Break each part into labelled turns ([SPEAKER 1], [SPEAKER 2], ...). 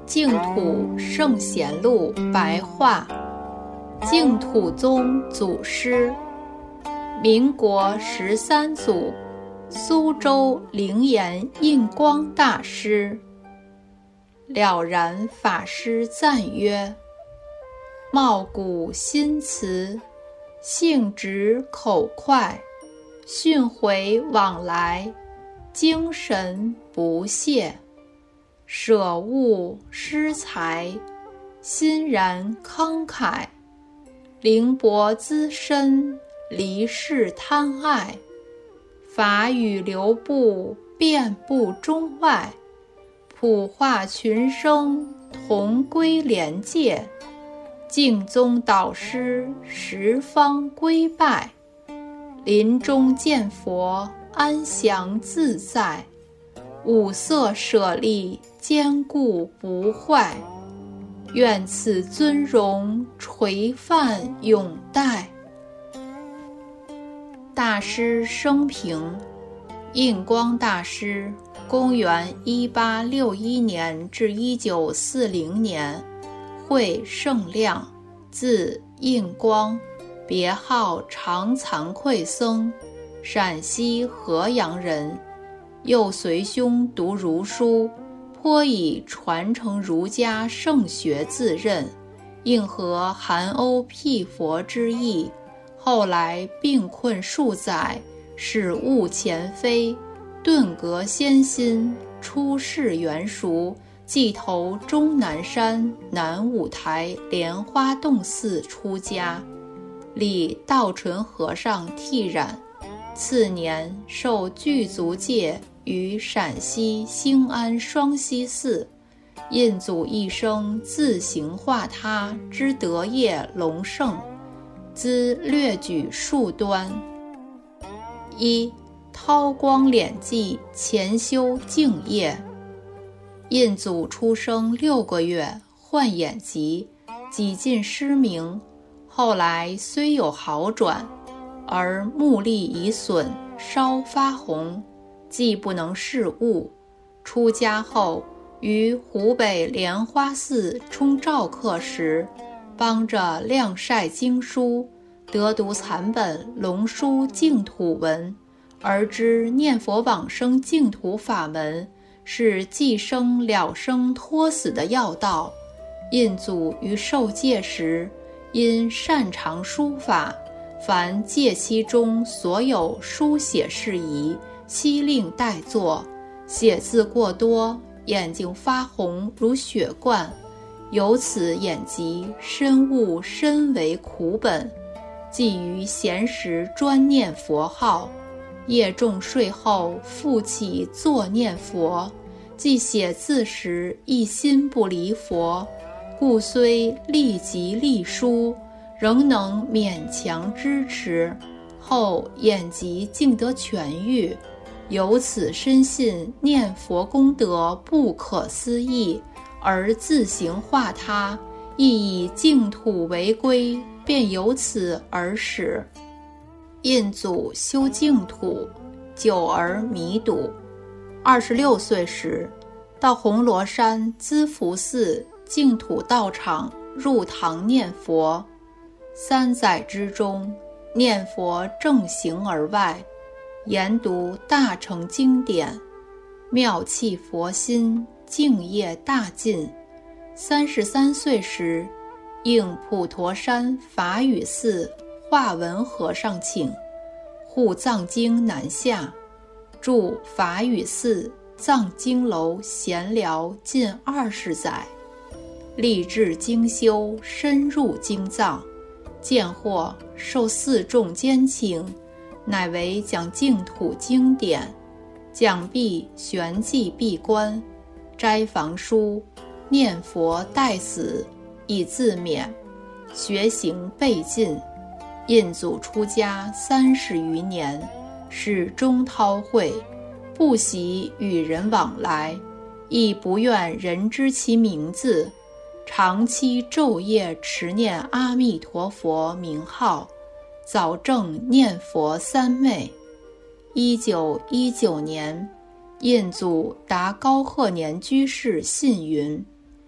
[SPEAKER 1] 净土圣贤录白话，净土宗祖师，民国13祖，苏州灵岩印光大师。了然法师赞曰：貌古心慈，性直口快，训诲往来，精神不懈，舍物施财，欣然慷慨，灵薄资深，离世贪爱，法语流布，遍布中外，普化群生，同归廉戒，净宗导师，十方归拜，临终见佛，安详自在，五色舍利，坚固不坏，愿此尊荣，垂范永代。大师生平：印光大师，公元1861年至1940年，讳圣亮，字印光，别号常惭愧僧，陕西合阳人。又随兄读儒书，颇以传承儒家圣学自任，应和韩欧辟佛之意。后来病困数载，使悟前非，顿革先心，出世元熟，即投终南山南五台莲花洞寺出家，礼道纯和尚剃染。次年受具足戒于陕西兴安双溪寺，印祖一生自行化他之德业隆盛，兹略举数端。一、韬光敛迹，潜修净业。印祖出生6个月，患眼疾，几近失明，后来虽有好转，而目力已损，稍发红，既不能视物。出家后，于湖北莲花寺充照课时，帮着晾晒经书，得读残本龙书净土文，而知念佛往生净土法门是济生了生托死的要道。印祖于受戒时，因擅长书法，凡戒期中所有书写事宜，悉令代作，写字过多，眼睛发红如血灌，由此眼疾，深悟深为苦本，即于闲时专念佛号，夜重睡后复起坐念佛，即写字时一心不离佛，故虽立即立书，仍能勉强支持，后眼疾竟得痊愈，由此深信念佛功德不可思议，而自行化他，亦以净土为归，便由此而始。印祖修净土，久而弥笃。26岁时，到红螺山资福寺净土道场入堂念佛，3载之中，念佛正行而外，研读大乘经典，妙契佛心，净业大进。33岁时，应普陀山法语寺化文和尚请，护藏经南下，住法语寺藏经楼闲聊近20载，立志精修，深入经藏，见获受四众监请，乃为讲净土经典，讲毕旋即闭关，斋房书，念佛待死，以自勉，学行备进。印祖出家30余年，始终韬晦，不喜与人往来，亦不愿人知其名字，长期昼夜持念阿弥陀佛名号，早证念佛三昧。1919年，印祖答高鹤年居士信云：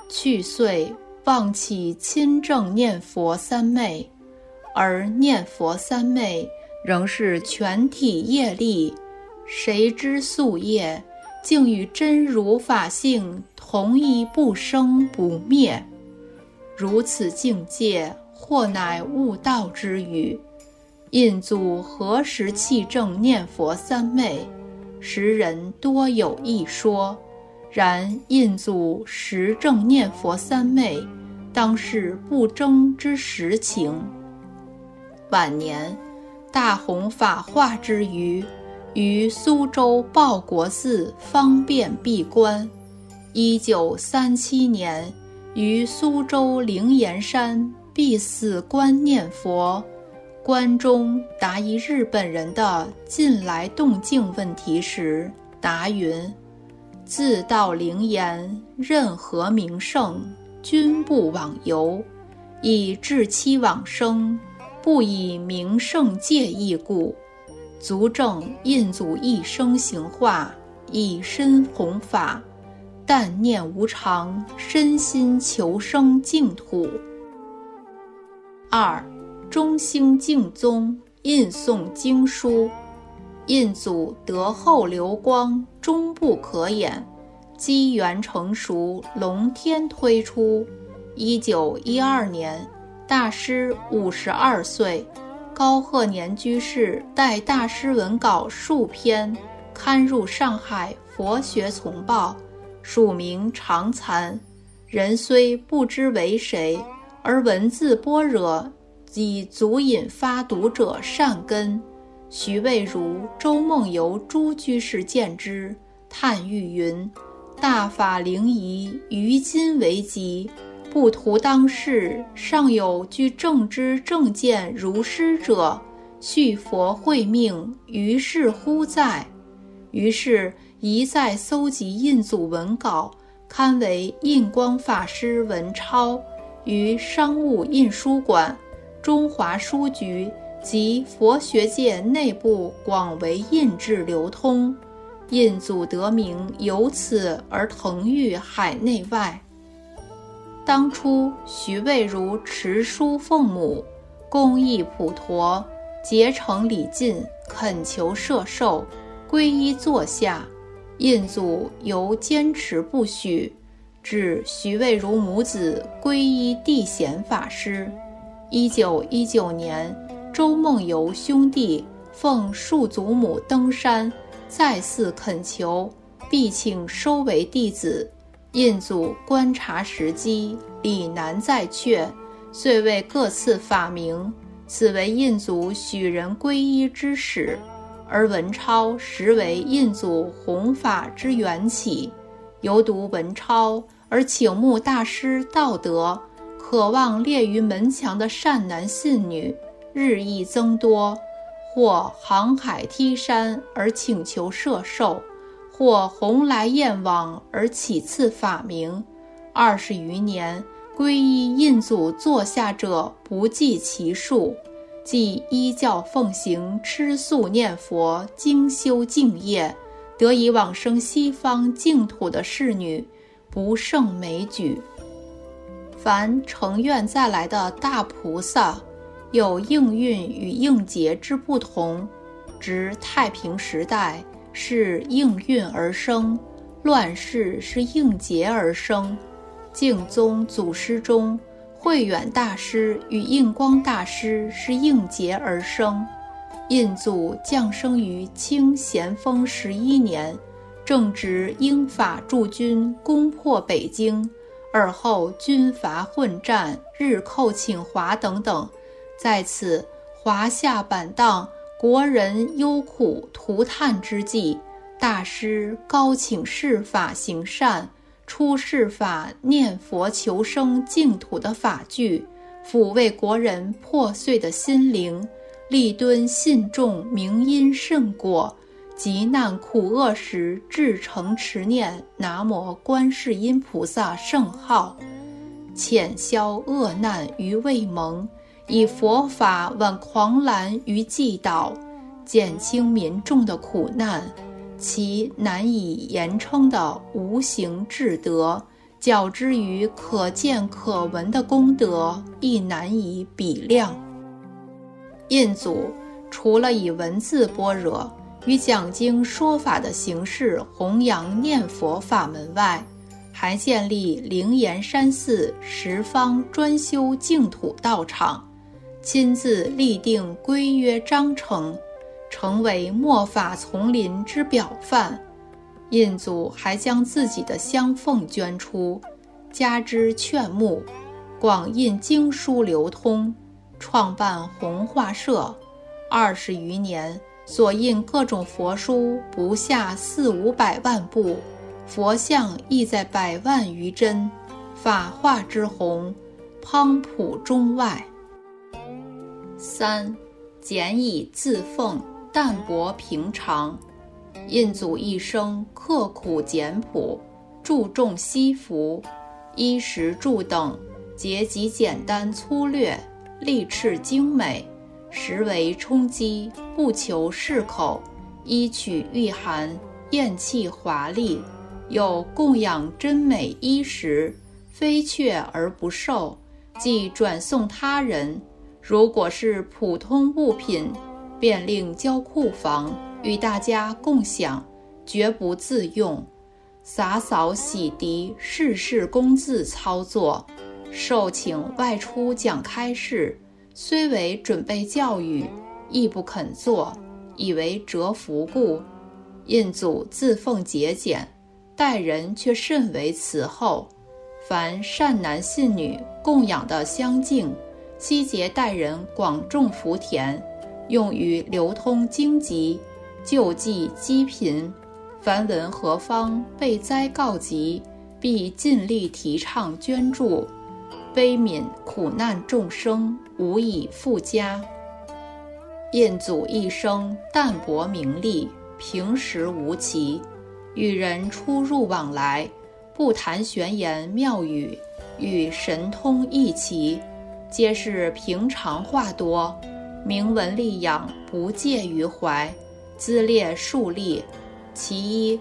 [SPEAKER 1] 去岁忘其亲正念佛三昧，而念佛三昧仍是全体业力，谁知宿业竟与真如法性同一不生不灭。如此境界，或乃悟道之语。印祖何时弃正念佛三昧？时人多有一说，然印祖实正念佛三昧，当是不争之实情。晚年大弘法化之余，于苏州报国寺方便闭关。1937年，于苏州灵岩山闭寺观念佛，关中答疑日本人的近来动静问题时，答云：自到灵岩，任何名胜，均不往游，以至期往生，不以名胜介意故。足证印祖一生行化，以身弘法，但念无常，身心求生净土。2. 中兴净宗印诵经书。印祖德厚流光，终不可掩，机缘成熟，龙天推出。1912年，大师52岁，高鹤年居士带大师文稿数篇，刊入上海佛学丛报，署名常残。人虽不知为谁，而文字般若已足引发读者善根。徐渭如、周梦游诸居士见之，叹誉云：大法灵仪，于今为极，不图当世，尚有具正知正见如师者，续佛慧命，于是乎在。于是一再搜集印祖文稿，刊为印光法师文钞，于商务印书馆、中华书局及佛学界内部广为印制流通。印祖得名由此而腾誉海内外。当初徐渭如持书奉母，公益普陀，结成礼进，恳求摄受，皈依座下。印祖犹坚持不许，指徐渭如母子皈依地显法师。1919年，周梦游兄弟奉庶祖母登山，再次恳求，必请收为弟子。印祖观察时机，理难再确，遂为各赐法名，此为印祖许人皈依之始。而文钞实为印祖弘法之缘起。由读文钞而请慕大师道德，渴望列于门墙的善男信女日益增多，或航海梯山而请求摄受，或鸿来雁往而起赐法名。20余年，皈依印祖座下者不计其数，即依教奉行吃素念佛、精修净业，得以往生西方净土的侍女不胜枚举。凡成愿再来的大菩萨，有应运与应劫之不同。值太平时代是应运而生，乱世是应劫而生。净宗祖师中，慧远大师与印光大师是应劫而生。印祖降生于清咸丰11年，正值英法驻军攻破北京，而后军阀混战，日寇侵华等等，在此华夏板荡，国人忧苦涂炭之际，大师高请释法行善，出释法念佛求生净土的法句，抚慰国人破碎的心灵，力敦信众明因甚果，急难苦厄时至诚持念南无观世音菩萨圣号，遣消恶难于未萌，以佛法挽狂澜于既倒，减轻民众的苦难。其难以言称的无形至德， 较之于可见可闻的功德，亦难以比量。印祖除了以文字般若与讲经说法的形式弘扬念佛法门外，还建立灵岩山寺十方专修净土道场，亲自立定规约章程，成为末法丛林之表范。印祖还将自己的香奉捐出，加之劝募，广印经书流通，创办弘化社，20余年所印各种佛书不下400-500万部，佛像亦在100万余帧，法化之宏，滂普中外。3. 简以自奉，淡泊平常。印祖一生刻苦简朴，注重惜福，衣食住等节极简单粗略，力斥精美，实为充饥，不求适口，衣取御寒，艳气华丽，有供养真美衣食，非却而不受，即转送他人。如果是普通物品，便另交库房与大家共享，绝不自用。洒扫洗涤，事事公自操作。受请外出讲开示，虽为准备教育，亦不肯做，以为折福故。印祖自奉节俭，待人却甚为慈厚。凡善男信女供养的香净，悉节待人广种福田，用于流通经籍，救济饥贫。凡闻何方被灾告急，必尽力提倡捐助，悲悯苦难众生，无以复加。印祖一生淡泊名利，平时无奇，与人出入往来，不谈玄言妙语，与神通异奇，皆是平常话多，明文立养不介于怀，资列数例。其一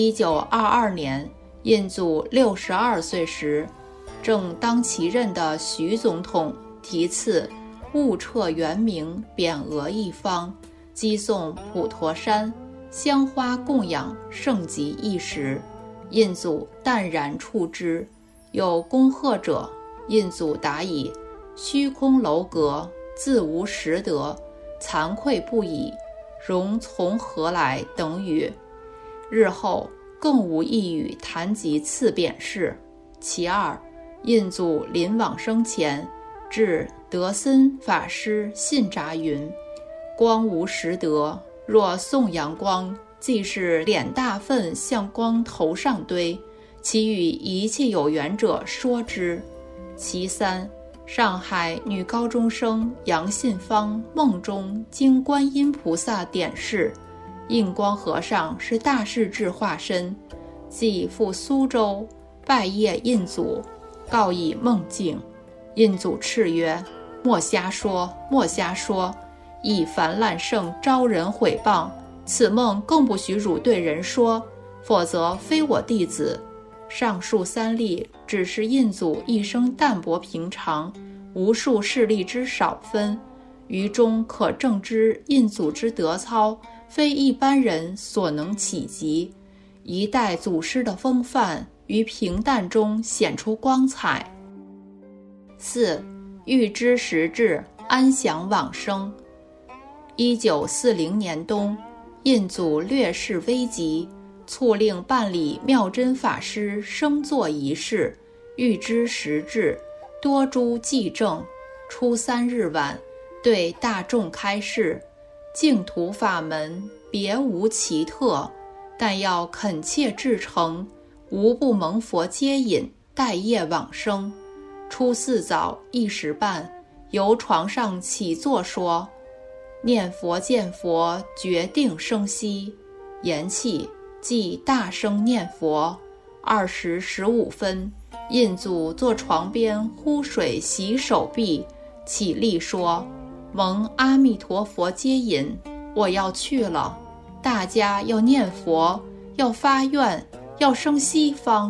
[SPEAKER 1] ，1922年，印祖62岁时，正当其任的徐总统题赐悟彻圆明匾额一方，击送普陀山，香花供养，盛极一时。印祖淡然处之，有恭贺者，印祖答以虚空楼阁，自无实德，惭愧不已，容从何来等语。日后更无一语谈及赐匾事。其二，印祖临往生前，至德森法师信札云：光无实德，若送阳光，即是脸大粪向光头上堆，其与一切有缘者说之。其三，上海女高中生杨信芳梦中经观音菩萨点示，印光和尚是大势至化身，即赴苏州拜谒印祖，告以梦境。印祖斥曰：莫瞎说，莫瞎说，以凡滥圣招人毁谤，此梦更不许汝对人说，否则非我弟子。上述三例只是印祖一生淡泊平常，无数事例之少分，于中可证知印祖之德操，非一般人所能企及。一代祖师的风范于平淡中显出光彩。4. 欲知时至，安详往生。1940年冬，印祖略施危急，促令办理妙真法师升座仪式，欲知时至，多诸祭证。初3日晚，对大众开示，净土法门别无奇特，但要恳切至诚，无不蒙佛接引，待业往生。初4早1时半，由床上起坐说：念佛见佛，决定生息。言讫，即大声念佛。2时15分，印祖坐床边呼水洗手臂，起立说：蒙阿弥陀佛接引，我要去了。大家要念佛，要发愿，要生西方。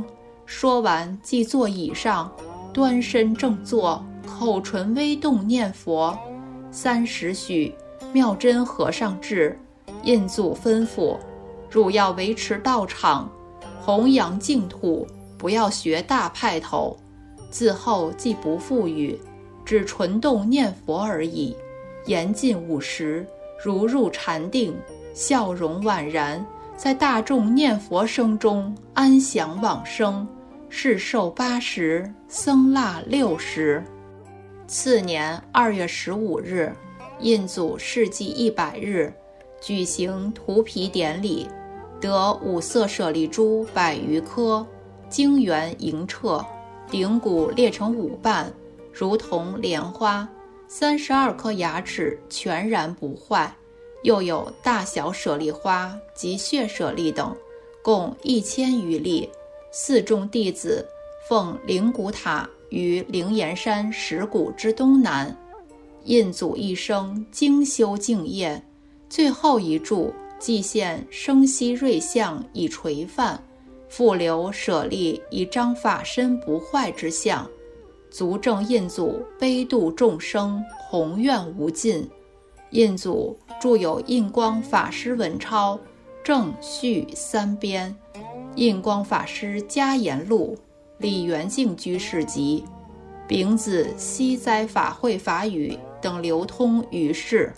[SPEAKER 1] 说完即坐椅上，端身正坐，口唇微动念佛。30许，妙真和尚至，印祖吩咐：汝要维持道场，弘扬净土，不要学大派头。自后既不复语，只纯动念佛而已。言尽50，如入禅定，笑容宛然，在大众念佛声中安详往生，世寿80，僧腊60。次年2月15日，印祖世纪100日，举行涂皮典礼，得五色舍利珠100余颗，晶圆莹澈，顶骨裂成5瓣，如同莲花，32颗牙齿全然不坏，又有大小舍利花及血舍利等，共1000余粒。4众弟子奉灵骨塔于灵岩山石谷之东南。印祖一生精修净业，最后一柱即现生息瑞相以垂范，复留舍利以彰法身不坏之相，足证印祖悲度众生，宏愿无尽。印祖著有印光法师文钞、正序3编，印光法师家言录、李元敬居士集、丙子西斋法会法语等流通于世。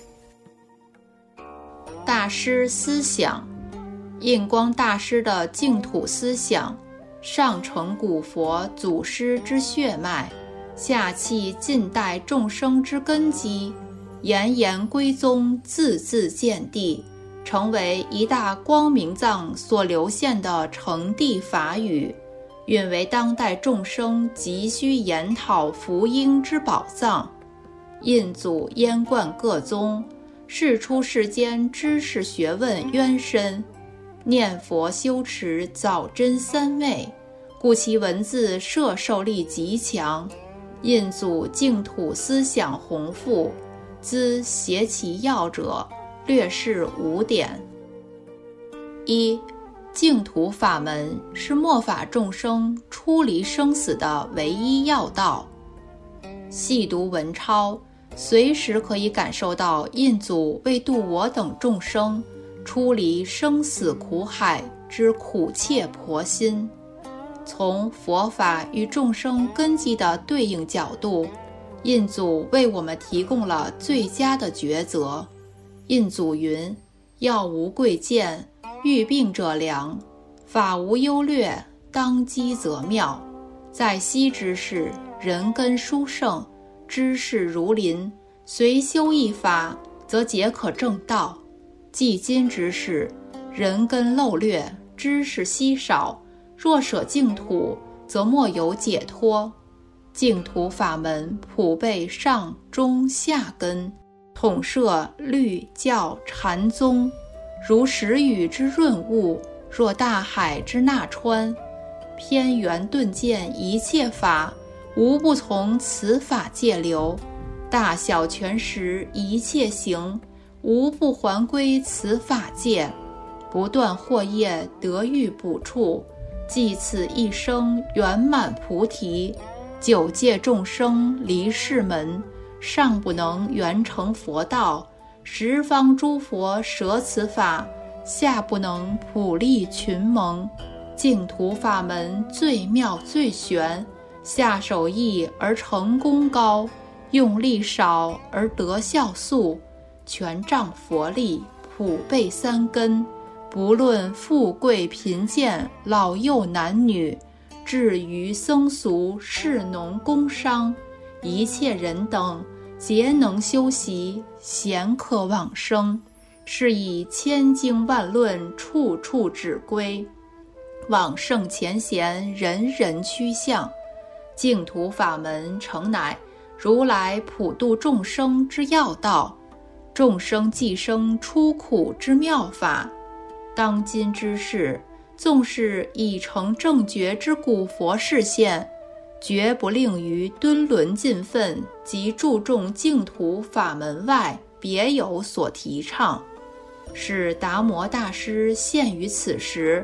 [SPEAKER 1] 大师思想，印光大师的净土思想，上承古佛祖师之血脉，下契近代众生之根基，言言归宗，字字见地，成为一大光明藏所流现的承地法语，允为当代众生急需研讨福音之宝藏。印祖焉贯各宗，释出世间知识学问渊深，念佛修持早真三昧，故其文字摄受力极强。印祖净土思想宏富，兹携其要者，略示5点。1. 净土法门是末法众生出离生死的唯一要道。细读文钞，随时可以感受到印祖为度我等众生出离生死苦海之苦切婆心。从佛法与众生根基的对应角度，印祖为我们提供了最佳的抉择。印祖云：药无贵贱，遇病者良，法无优劣，当机则妙。在昔之世，人根殊胜，知识如林，随修一法，则皆可正道。既今之世，人根漏略，知识稀少，若舍净土，则莫有解脱。净土法门普备上中下根，统摄律教禅宗，如时雨之润物，若大海之纳川。偏圆顿渐一切法，无不从此法界流；大小全实一切行，无不还归此法界。不断惑业得欲补处，即此一生圆满菩提。9界众生离世门，尚不能圆成佛道；十方诸佛舍此法，下不能普利群蒙。净土法门最妙最玄，下手易而成功高，用力少而得效速，全仗佛力，普备3根，不论富贵贫贱，老幼男女，至于僧俗，士农工商，一切人等皆能修习，咸可往生。是以千经万论，处处指归，往圣前贤，人人趋向。净土法门诚乃如来普度众生之要道，众生寄生出苦之妙法。当今之世，纵是已成正觉之古佛示现，绝不令于敦伦尽分及注重净土法门外别有所提倡。使达摩大师现于此时，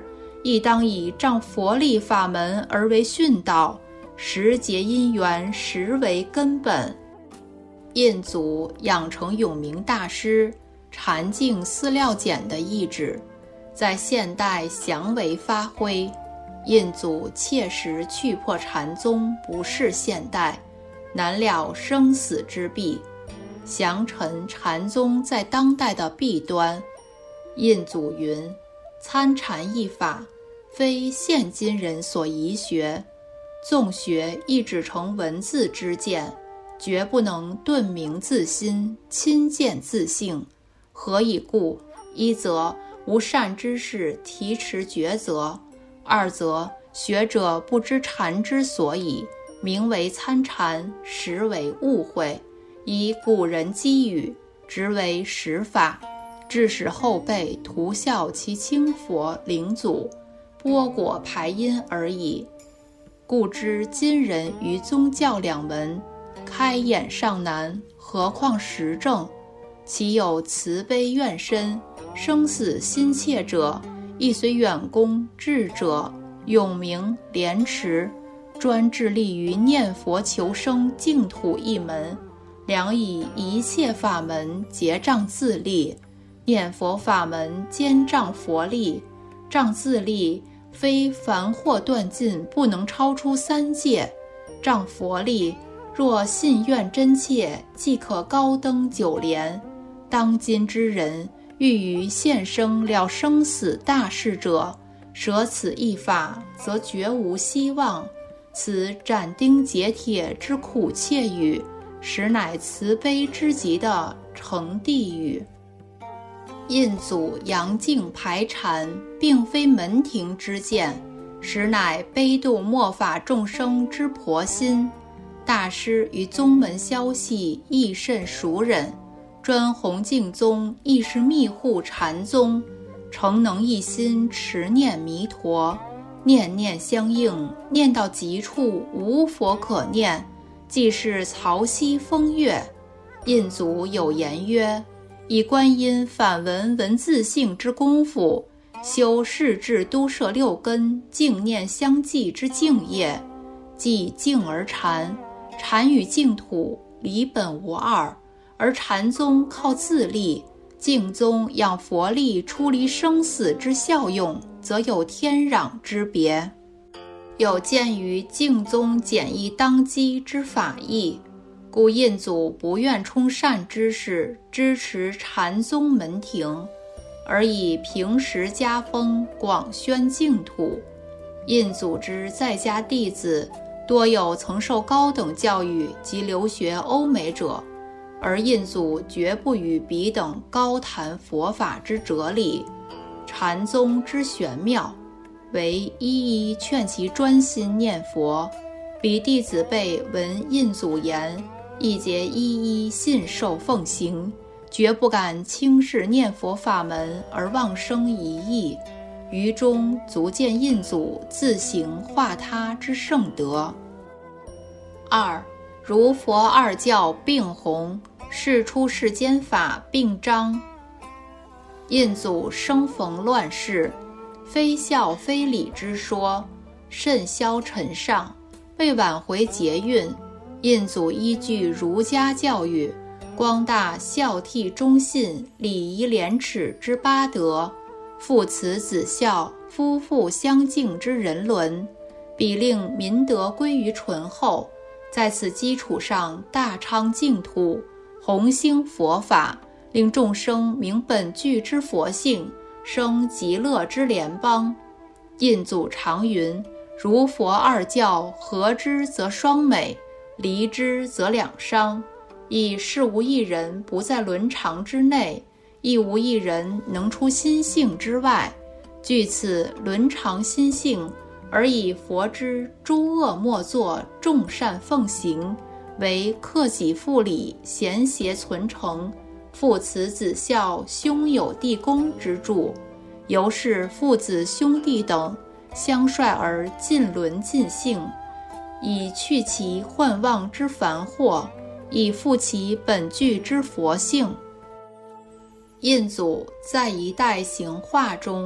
[SPEAKER 1] 亦当以仗佛力法门而为训导，时节因缘实为根本。印祖养成永明大师禅境饲料简的意志，在现代详为发挥。印祖切实去破禅宗不是现代，难了生死之弊，详陈禅宗在当代的弊端。印祖云：参禅一法，非现今人所宜学，纵学亦只成文字之见，绝不能顿明自心，亲见自性。何以故？一则无善知识提持抉择，二则学者不知禅之所以，名为参禅，实为误会，以古人积语，执为实法，致使后辈徒效其清佛灵祖，剥果排因而已。故知今人于宗教两门，开眼尚难，何况实证？其有慈悲愿深、生死心切者，亦随远公智者永明廉耻，专致力于念佛求生净土一门，良以一切法门结障自立。念佛法门兼障佛力，障自力非凡惑断尽，不能超出三界。障佛力若信愿真切，即可高登九莲。当今之人欲于现生了生死大事者，舍此一法，则绝无希望。此斩钉截铁之苦切语，实乃慈悲之极的成地语。印祖扬净排禅，并非门庭之见，实乃悲度末法众生之婆心。大师于宗门消息亦甚熟稔，专弘净宗亦是密护禅宗，诚能一心持念弥陀，念念相应，念到极处无佛可念，即是曹溪风月。印祖有言曰：以观音反闻文字性之功夫，修世智都摄六根净念相继之净业，即净而禅，禅与净土离本无二，而禅宗靠自立，净宗养佛力出离生死之效用，则有天壤之别。有鉴于净宗简易当机之法义，故印祖不愿充善知识支持禅宗门庭，而以平时家风广宣净土。印祖之在家弟子多有曾受高等教育及留学欧美者，而印祖绝不与彼等高谈佛法之哲理、禅宗之玄妙，唯一一劝其专心念佛。彼弟子辈闻印祖言，亦皆一一信受奉行，绝不敢轻视念佛法门而妄生疑义。于中足见印祖自行化他之圣德。二、如佛二教并弘，世出世间法并彰。印祖生逢乱世，非孝非礼之说甚嚣尘上，为挽回节运，印祖依据儒家教育，光大孝悌忠信、礼仪廉耻之八德，父慈子孝、夫妇相敬之人伦，彼令民德归于醇厚。在此基础上大昌净土，弘兴佛法，令众生明本具之佛性，生极乐之联邦。印祖常云：如佛二教，合之则双美，离之则两伤。亦是无一人不在伦常之内，亦无一人能出心性之外。据此伦常心性，而以佛之诸恶莫作，众善奉行，为克己复礼、贤邪存诚、父慈子孝、兄友弟恭之助。由是父子兄弟等相率而尽伦尽性，以去其幻妄之繁惑，以复其本具之佛性。印祖在一代行化中，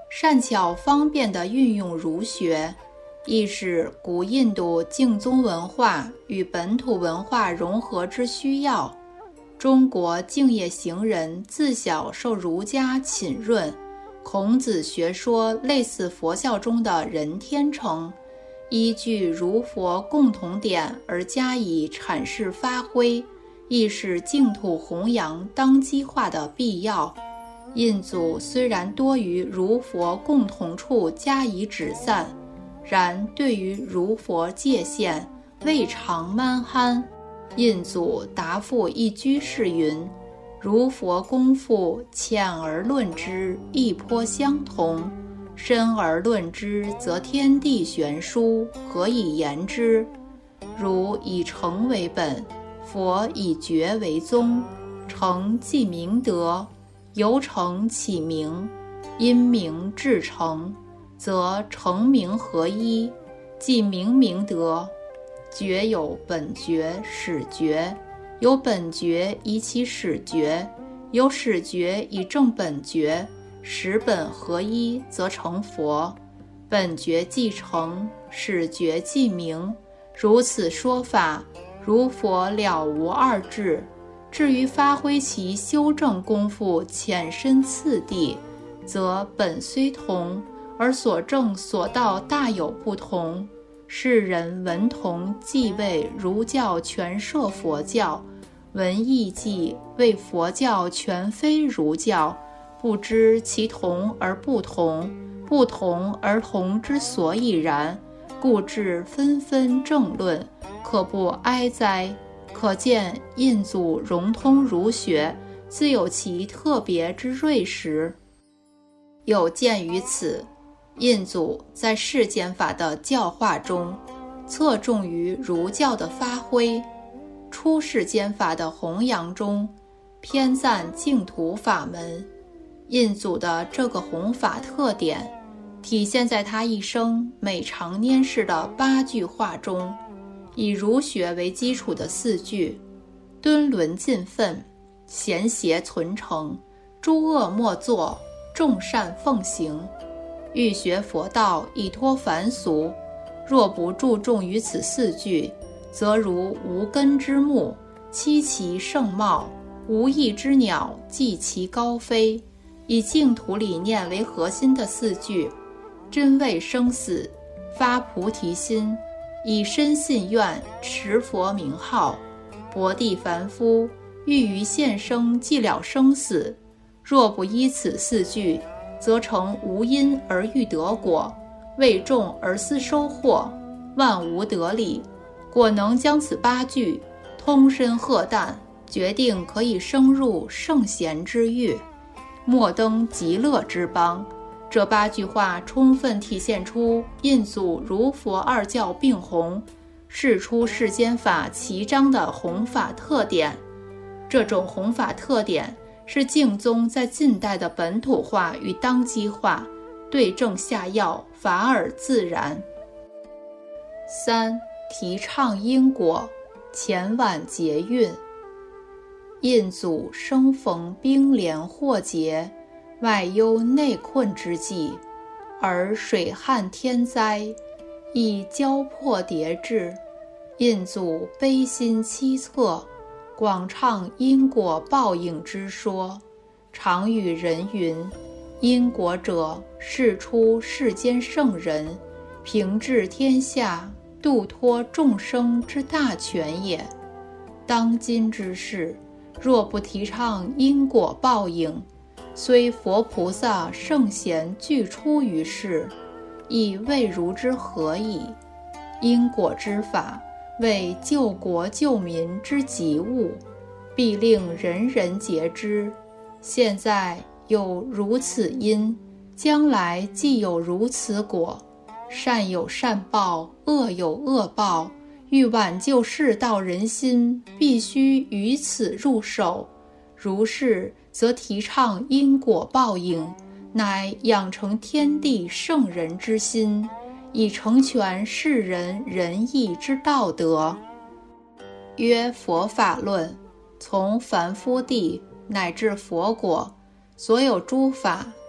[SPEAKER 1] 善巧方便地运用儒学，亦是古印度净宗文化与本土文化融合之需要。中国敬业行人自小受儒家浸润，孔子学说类似佛教中的人天成，依据儒佛共同点而加以阐释发挥，亦是净土弘扬当机化的必要。印祖虽然多于儒佛共同处加以指赞，然对于儒佛界限未尝蛮憨。印祖答复一居士云：儒佛功夫浅而论之，亦颇相同；深而论之，则天地悬殊，何以言之？儒以诚为本，佛以觉为宗。诚即明德，由诚起明，因明至诚，则诚明合一，即明明德。觉有本觉、始觉，有本觉以起始觉，有始觉以正本觉，始本合一，则成佛。本觉即成，始觉即明。如此说法，儒佛了无二致。至于发挥其修正功夫浅深次第，则本虽同，而所证所道大有不同。世人闻同即谓儒教全摄佛教，闻异即谓佛教全非儒教，不知其同而不同，不同而同之所以然，故致纷纷争论，可不哀哉？可见印祖融通儒学，自有其特别之锐实。有鉴于此，印祖在世间法的教化中，侧重于儒教的发挥；出世间法的弘扬中，偏赞净土法门。印祖的这个弘法特点，体现在他一生每常拈视的8句话中。以儒学为基础的4句：敦伦尽愤，贤邪存诚，诸恶莫作，众善奉行。欲学佛道，以脱凡俗，若不注重于此4句，则如无根之木，栖其盛貌；无翼之鸟，寄其高飞。以净土理念为核心的4句：真畏生死，发菩提心，以身信愿，持佛名号，薄地凡夫，欲于现生寂了生死。若不依此4句，则成无因而欲得果，为众而思收获，万无得理。果能将此8句通身赫旦，决定可以升入圣贤之域，莫登极乐之邦。这8句话充分体现出印祖儒佛2教并弘，释出世间法齐章的弘法特点。这种弘法特点是净宗在近代的本土化与当机化对症下药，法尔自然。3. 提倡因果，前晚节运。印祖生逢兵连祸结，外忧内困之际，而水旱天灾亦交迫迭至，印祖悲心凄恻，广倡因果报应之说，常与人云：因果者，世出世间圣人，平治天下，度脱众生之大权也。当今之世，若不提倡因果报应，虽佛菩萨圣贤俱出于世，亦未如之何矣。因果之法，为救国救民之急务，必令人人皆知。现在有如此因，将来既有如此果。善有善报，恶有恶报，欲挽救世道人心，必须于此入手。如是，则提倡因果报应，乃养成天地圣人之心，以成全世人仁义之道德。曰佛法论，从凡夫地乃至佛果，所有诸法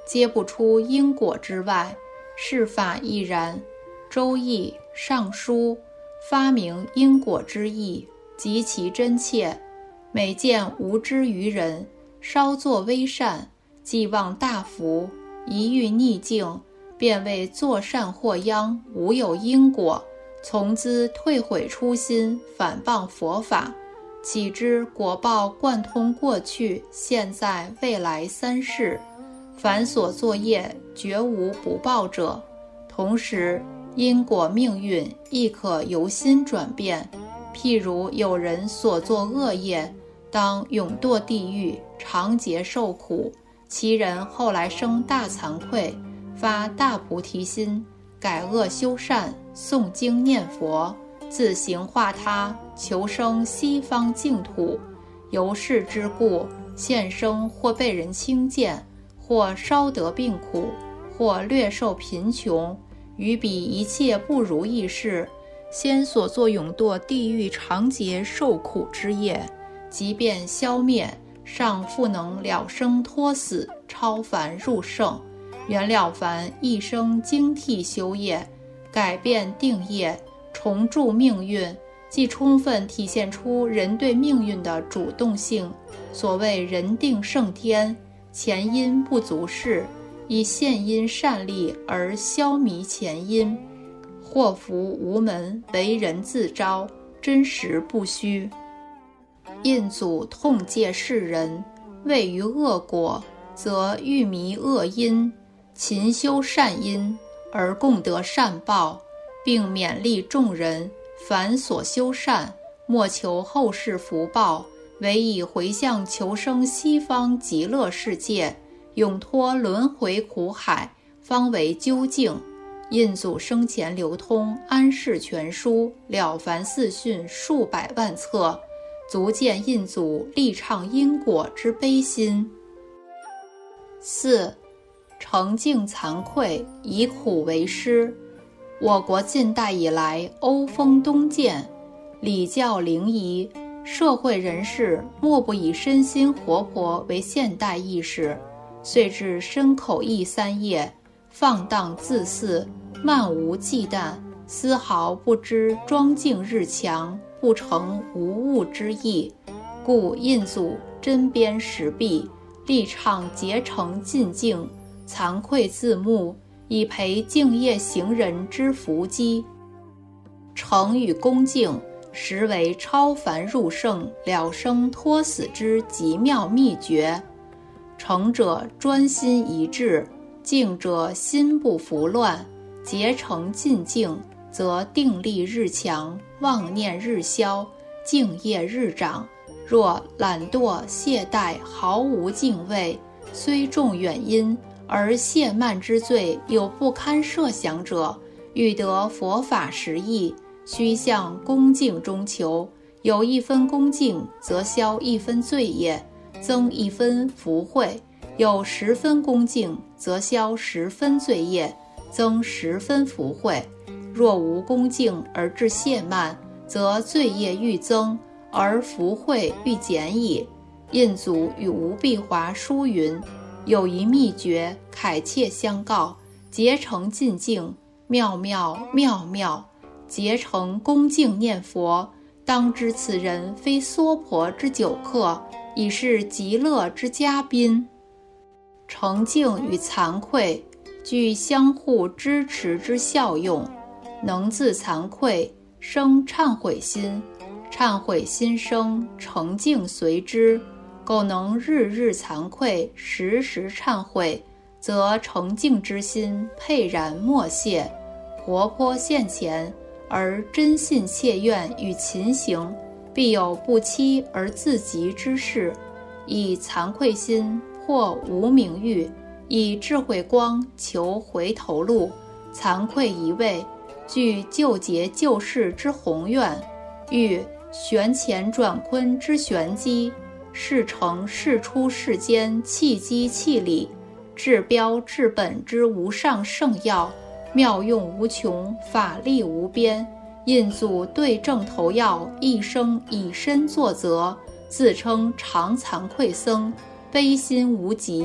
[SPEAKER 1] 皆不出因果之外，是法亦然。周易、尚书发明因果之意，极其真切。每见无知于人，稍作微善，既望大福，一遇逆境，便为作善祸殃，无有因果，从兹退悔初心，反谤佛法，岂知果报贯通过去、现在、未来三世，凡所作业，绝无不报者。同时，因果命运亦可由心转变。譬如有人所作恶业，当永堕地狱，长劫受苦，其人后来生大惭愧，发大菩提心，改恶修善，诵经念佛，自行化他，求生西方净土。由是之故，现生或被人轻贱，或稍得病苦，或略受贫穷，于彼一切不如意事，先所作永堕地狱长劫受苦之业，即便消灭，尚复能了生脱死，超凡入圣。原了凡一生精替修业，改变定业，重铸命运，既充分体现出人对命运的主动性。所谓人定胜天，前因不足事，以现因善力而消弭前因，祸福无门，为人自招，真实不虚。印祖痛戒世人，位于恶果，则欲弥恶因，勤修善因，而共得善报，并勉励众人，凡所修善，莫求后世福报，唯以回向求生西方极乐世界，永脱轮回苦海，方为究竟。印祖生前流通安世全书、了凡四训数百万册，足见印祖力倡因果之悲心。4. 诚敬惭愧，以苦为师。我国近代以来，欧风东渐，礼教凌夷，社会人士莫不以身心活泼为现代意识，遂至身口意三业放荡自肆，漫无忌惮，丝毫不知庄敬日强，不成无物之意。故印祖针砭时弊，力倡竭诚尽敬，惭愧自牧，以培敬业行人之福基。诚与恭敬，实为超凡入圣、了生脱死之极妙秘诀。诚者专心一致，敬者心不浮乱，竭诚尽敬，则定力日强，妄念日消，敬业日长。若懒惰懈怠，毫无敬畏，虽重远因，而懈慢之罪有不堪设想者，欲得佛法实义，须向恭敬中求。有一分恭敬，则消一分罪业，增一分福慧；有10分恭敬，则消10分罪业，增10分福慧。若无恭敬而致懈慢，则罪业愈增，而福慧愈减矣。印祖与吴碧华书云：有一秘诀，恳切相告，竭诚尽敬，妙妙妙妙。竭诚恭敬念佛，当知此人非娑婆之久客，已是极乐之嘉宾。诚敬与惭愧具相互支持之效用，能自惭愧，生忏悔心，忏悔心生，诚敬随之。苟能日日惭愧，时时忏悔，则诚敬之心沛然莫泄，活泼现前，而真信切愿与勤行，必有不期而自及之事。以惭愧心破无明欲，以智慧光求回头路。惭愧一味，具救劫救世之宏愿，欲旋乾转坤之玄机，事成事出世间契机契理，治标治本之无上圣要，妙用无穷，法力无边。印祖对症投药，一生以身作则，自称常惭愧僧，悲心无极，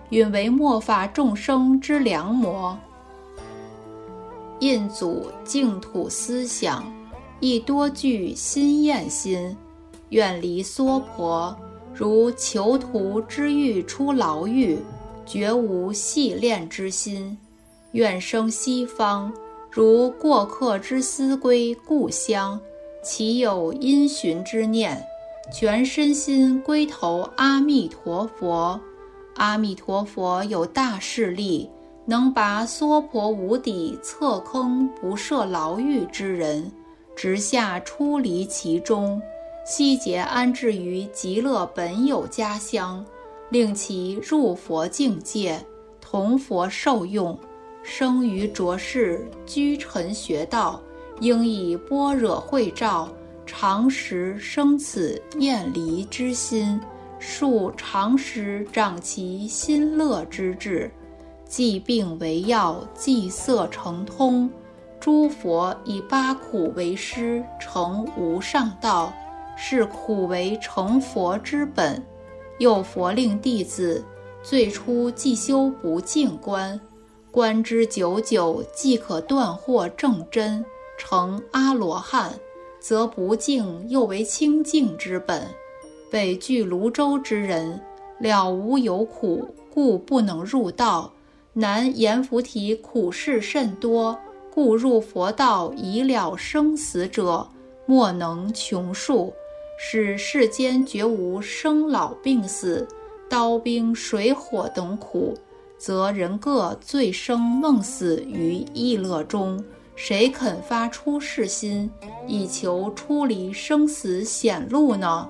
[SPEAKER 1] 允为末法众生之良模。印祖净土思想，亦多具心厌心，远离娑婆，如囚徒之欲出牢狱，绝无系恋之心；愿生西方，如过客之思归故乡，岂有因循之念？全身心归投阿弥陀佛。阿弥陀佛有大势力，能拔娑婆无底侧坑不设牢狱之人，直下出离其中，悉皆安置于极乐本有家乡，令其入佛境界，同佛受用，生于浊世，居尘学道，应以般若慧照，常时生此厌离之心，数常时长其心乐之志。济病为药，济色成通。诸佛以八苦为师，成无上道，是苦为成佛之本。又佛令弟子，最初既修不净观，观之久久，即可断惑正真，成阿罗汉，则不净又为清净之本。北具泸州之人，了无有苦，故不能入道。南阎浮提苦事甚多，故入佛道以了生死者，莫能穷数。使世间绝无生老病死、刀兵水火等苦，则人各醉生梦死于意乐中，谁肯发出世心，以求出离生死险路呢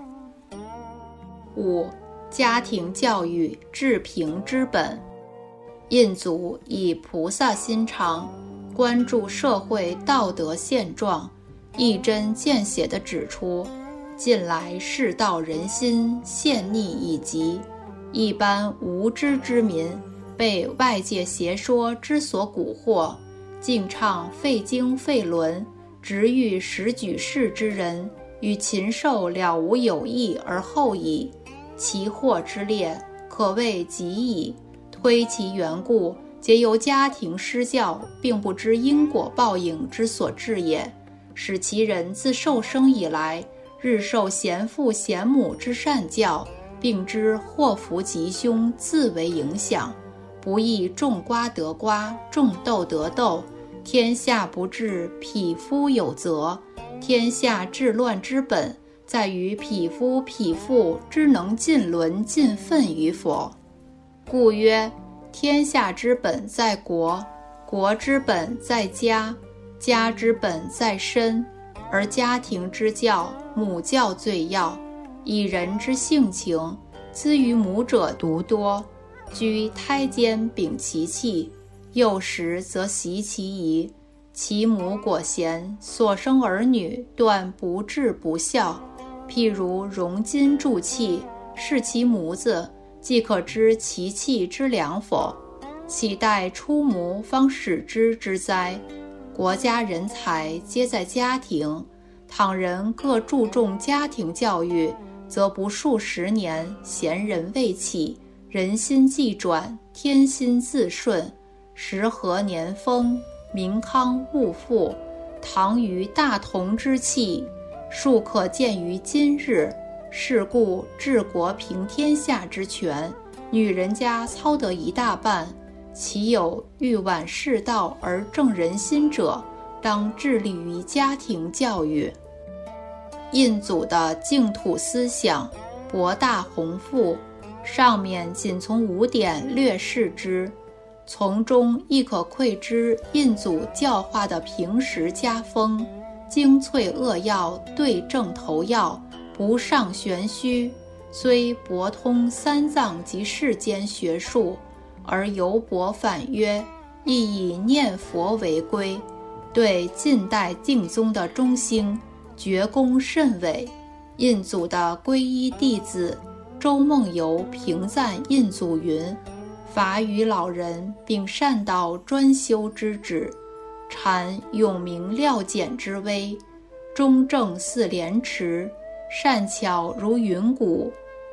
[SPEAKER 1] ？5. 家庭教育治平之本。印祖以菩萨心肠，关注社会道德现状，一针见血地指出，近来世道人心陷溺已极，一般无知之民被外界邪说之所蛊惑，竟唱废经废伦，直欲使举世之人与禽兽了无有异而后已，其祸之烈可谓极矣。推其缘故，皆由家庭失教，并不知因果报应之所致也，使其人自受生以来，日受贤父贤母之善教，并知祸福吉凶自为影响，不亦种瓜得瓜，种豆得豆。天下不治，匹夫有责。天下治乱之本，在于匹夫匹妇之能尽伦尽分与否。故曰，天下之本在国，国之本在家，家之本在身，而家庭之教，母教最要。以人之性情，资于母者独多，居胎间秉其气，幼时则习其仪。其母果贤，所生儿女断不至不孝。譬如熔金铸器，是其模子，即可知其气之良否？岂待出母方使之之哉？国家人才皆在家庭，倘人各注重家庭教育，则不数10年，贤人未起，人心既转，天心自顺，时和年丰，民康物富，唐于大同之气，数可见于今日。是故治国平天下之权，女人家操得一大半，其有欲挽世道而正人心者，当致力于家庭教育。印祖的净土思想博大宏富，上面仅从5点略示之，从中亦可窥知印祖教化的平实家风，精粹扼要，对症投药，不上玄虚，虽博通三藏及世间学术，而犹博反约，亦以念佛为归，对近代净宗的中兴绝功甚伟。印祖的皈依弟子周梦游评赞印祖云：法语老人，并善导专修之旨，阐永明料简之微，中正似莲池，善巧如云谷，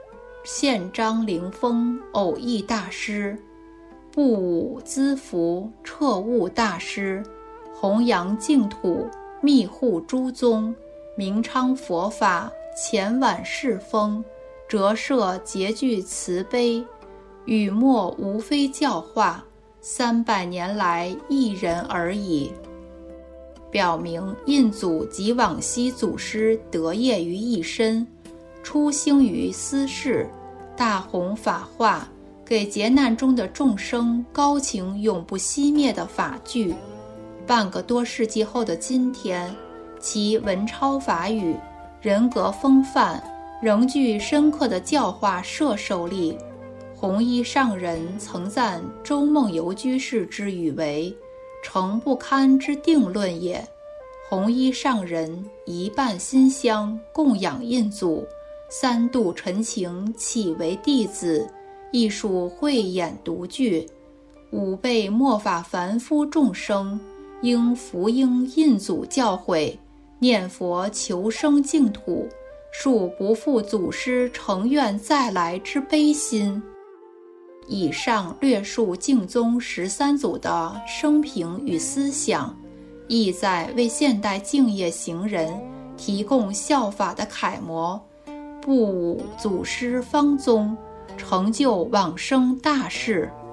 [SPEAKER 1] 宪章灵峰偶益大师，布武资福彻悟大师，弘扬净土，密护诸宗，明昌佛法，前晚世风，折射结具慈悲，语默无非教化，300年来一人而已。表明印祖及往昔祖师得业于一身，初兴于私事，大弘法化，给劫难中的众生高情永不熄灭的法具。半个多世纪后的今天，其文钞法语、人格风范仍具深刻的教化摄受力。弘一上人曾赞周梦游居士之语为诚不堪之定论也。弘一上人一半心香供养印祖，3度陈情启为弟子，亦属慧眼独具。吾辈末法凡夫众生，应服膺印祖教诲，念佛求生净土，恕不负祖师成愿再来之悲心。以上略述净宗13祖的生平与思想，意在为现代净业行人提供效法的楷模，不侮祖师方宗，成就往生大事。